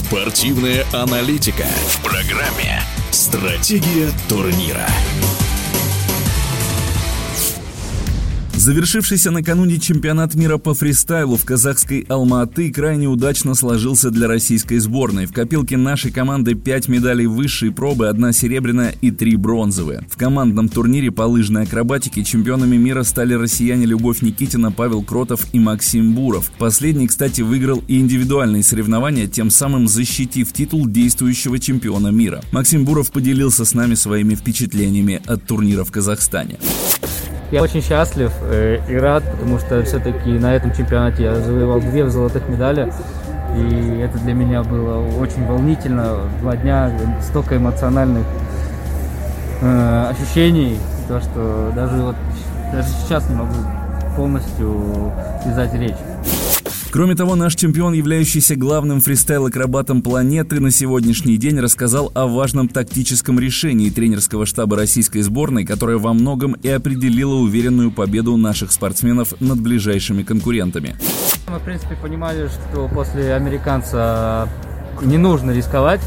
Спортивная аналитика в программе «Стратегия турнира». Завершившийся накануне чемпионат мира по фристайлу в казахской Алма-Аты крайне удачно сложился для российской сборной. В копилке нашей команды 5 медалей высшей пробы, 1 серебряная и 3 бронзовые. В командном турнире по лыжной акробатике чемпионами мира стали россияне Любовь Никитина, Павел Кротов и Максим Буров. Последний, кстати, выиграл и индивидуальные соревнования, тем самым защитив титул действующего чемпиона мира. Максим Буров поделился с нами своими впечатлениями от турнира в Казахстане. Я очень счастлив и рад, потому что все-таки на этом чемпионате я завоевал 2 золотых медали. И это для меня было очень волнительно. 2 дня, столько эмоциональных ощущений, то, что даже сейчас не могу полностью связать речь. Кроме того, наш чемпион, являющийся главным фристайл-акробатом планеты, на сегодняшний день рассказал о важном тактическом решении тренерского штаба российской сборной, которое во многом и определило уверенную победу наших спортсменов над ближайшими конкурентами. Мы, в принципе, понимали, что после американца не нужно рисковать.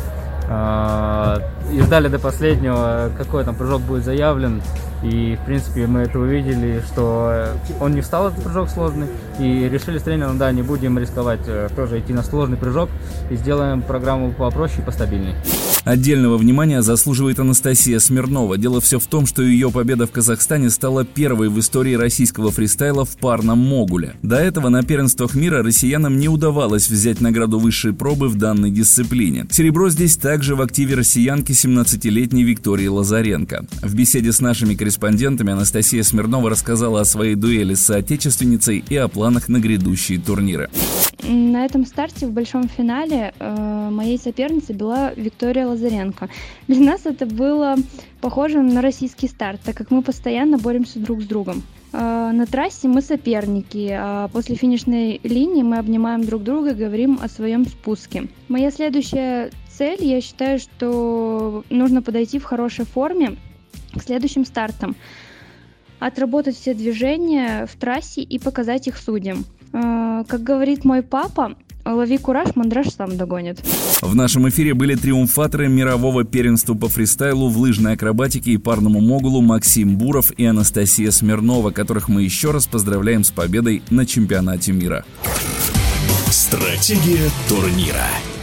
И ждали до последнего, какой там прыжок будет заявлен. И, в принципе, мы это увидели, что он не встал, этот прыжок сложный. И решили с тренером, да, не будем рисковать, тоже идти на сложный прыжок. И сделаем программу попроще и постабильней. Отдельного внимания заслуживает Анастасия Смирнова. Дело все в том, что ее победа в Казахстане стала первой в истории российского фристайла в парном могуле. До этого на первенствах мира россиянам не удавалось взять награду высшей пробы в данной дисциплине. Серебро здесь также в активе россиянки 17-летней Виктории Лазаренко. В беседе с нашими корреспондентами Анастасия Смирнова рассказала о своей дуэли с соотечественницей и о планах на грядущие турниры. На этом старте в большом финале моей соперницей была Виктория Лазаренко. Для нас это было похоже на российский старт, так как мы постоянно боремся друг с другом. На трассе мы соперники, а после финишной линии мы обнимаем друг друга и говорим о своем спуске. Моя следующая цель, я считаю, что нужно подойти в хорошей форме к следующим стартам, отработать все движения в трассе и показать их судьям. Как говорит мой папа, лови кураж, мандраж сам догонит. В нашем эфире были триумфаторы мирового первенства по фристайлу в лыжной акробатике и парному могулу Максим Буров и Анастасия Смирнова, которых мы еще раз поздравляем с победой на чемпионате мира. Стратегия турнира.